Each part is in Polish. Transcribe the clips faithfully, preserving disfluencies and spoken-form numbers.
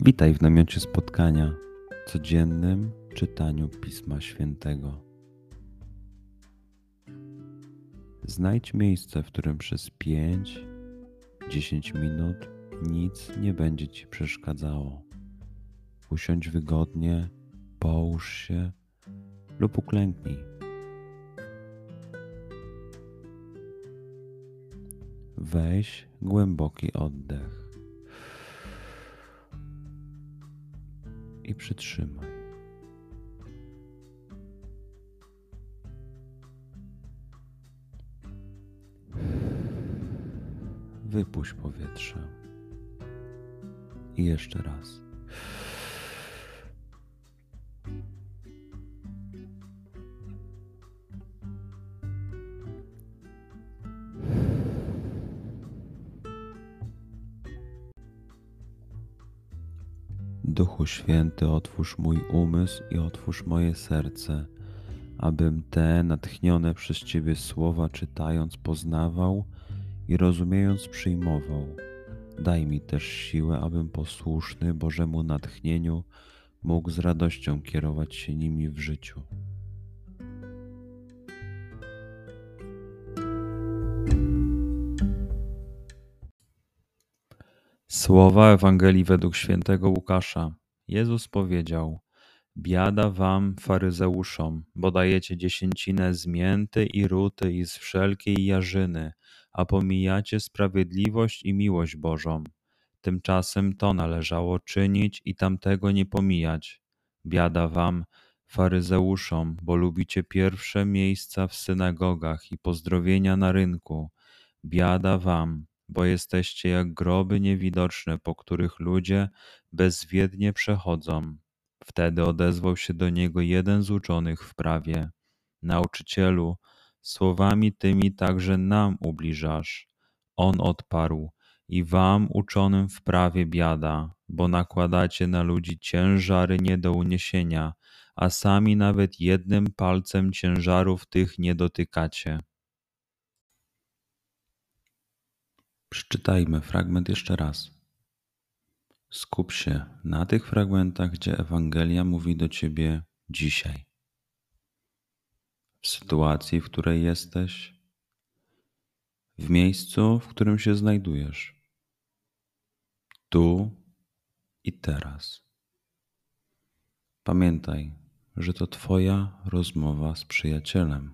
Witaj w namiocie spotkania, codziennym czytaniu Pisma Świętego. Znajdź miejsce, w którym przez pięć do dziesięciu minut nic nie będzie Ci przeszkadzało. Usiądź wygodnie, połóż się lub uklęknij. Weź głęboki oddech i przytrzymaj. Wypuść powietrze. I jeszcze raz. Duchu Święty, otwórz mój umysł i otwórz moje serce, abym te natchnione przez Ciebie słowa czytając poznawał i rozumiejąc przyjmował. Daj mi też siłę, abym posłuszny Bożemu natchnieniu mógł z radością kierować się nimi w życiu. Słowa Ewangelii według świętego Łukasza. Jezus powiedział: Biada wam, faryzeuszom, bo dajecie dziesięcinę z mięty i ruty i z wszelkiej jarzyny, a pomijacie sprawiedliwość i miłość Bożą. Tymczasem to należało czynić i tamtego nie pomijać. Biada wam, faryzeuszom, bo lubicie pierwsze miejsca w synagogach i pozdrowienia na rynku. Biada wam, bo jesteście jak groby niewidoczne, po których ludzie bezwiednie przechodzą. Wtedy odezwał się do niego jeden z uczonych w prawie: Nauczycielu, słowami tymi także nam ubliżasz. On odparł: I wam, uczonym w prawie, biada, bo nakładacie na ludzi ciężary nie do uniesienia, a sami nawet jednym palcem ciężarów tych nie dotykacie. Przeczytajmy fragment jeszcze raz. Skup się na tych fragmentach, gdzie Ewangelia mówi do Ciebie dzisiaj. W sytuacji, w której jesteś, w miejscu, w którym się znajdujesz. Tu i teraz. Pamiętaj, że to Twoja rozmowa z przyjacielem.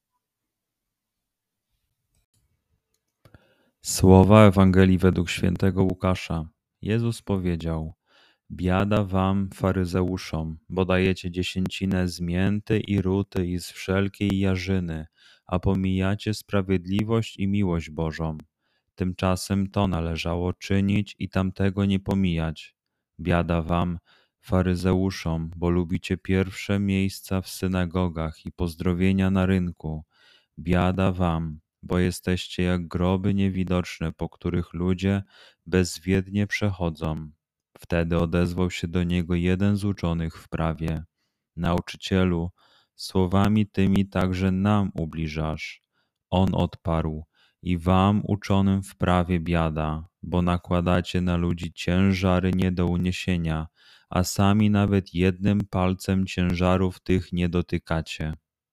Słowa Ewangelii według świętego Łukasza. Jezus powiedział: Biada wam, faryzeuszom, bo dajecie dziesięcinę z mięty i ruty i z wszelkiej jarzyny, a pomijacie sprawiedliwość i miłość Bożą. Tymczasem to należało czynić i tamtego nie pomijać. Biada wam, faryzeuszom, bo lubicie pierwsze miejsca w synagogach i pozdrowienia na rynku. Biada wam, bo jesteście jak groby niewidoczne, po których ludzie bezwiednie przechodzą. Wtedy odezwał się do niego jeden z uczonych w prawie: Nauczycielu, słowami tymi także nam ubliżasz. On odparł: I wam, uczonym w prawie, biada, bo nakładacie na ludzi ciężary nie do uniesienia, a sami nawet jednym palcem ciężarów tych nie dotykacie.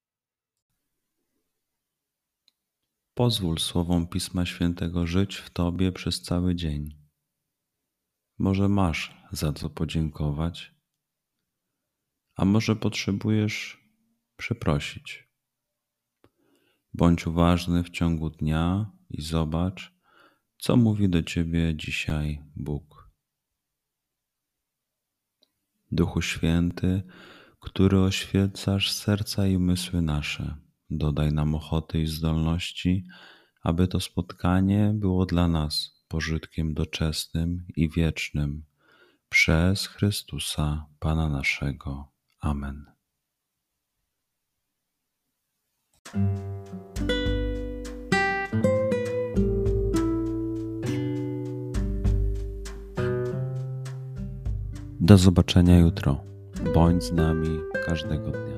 Pozwól słowom Pisma Świętego żyć w Tobie przez cały dzień. Może masz za co podziękować, a może potrzebujesz przeprosić. Bądź uważny w ciągu dnia i zobacz, co mówi do Ciebie dzisiaj Bóg. Duchu Święty, który oświecasz serca i umysły nasze, dodaj nam ochoty i zdolności, aby to spotkanie było dla nas pożytkiem doczesnym i wiecznym. Przez Chrystusa, Pana naszego. Amen. Do zobaczenia jutro. Bądź z nami każdego dnia.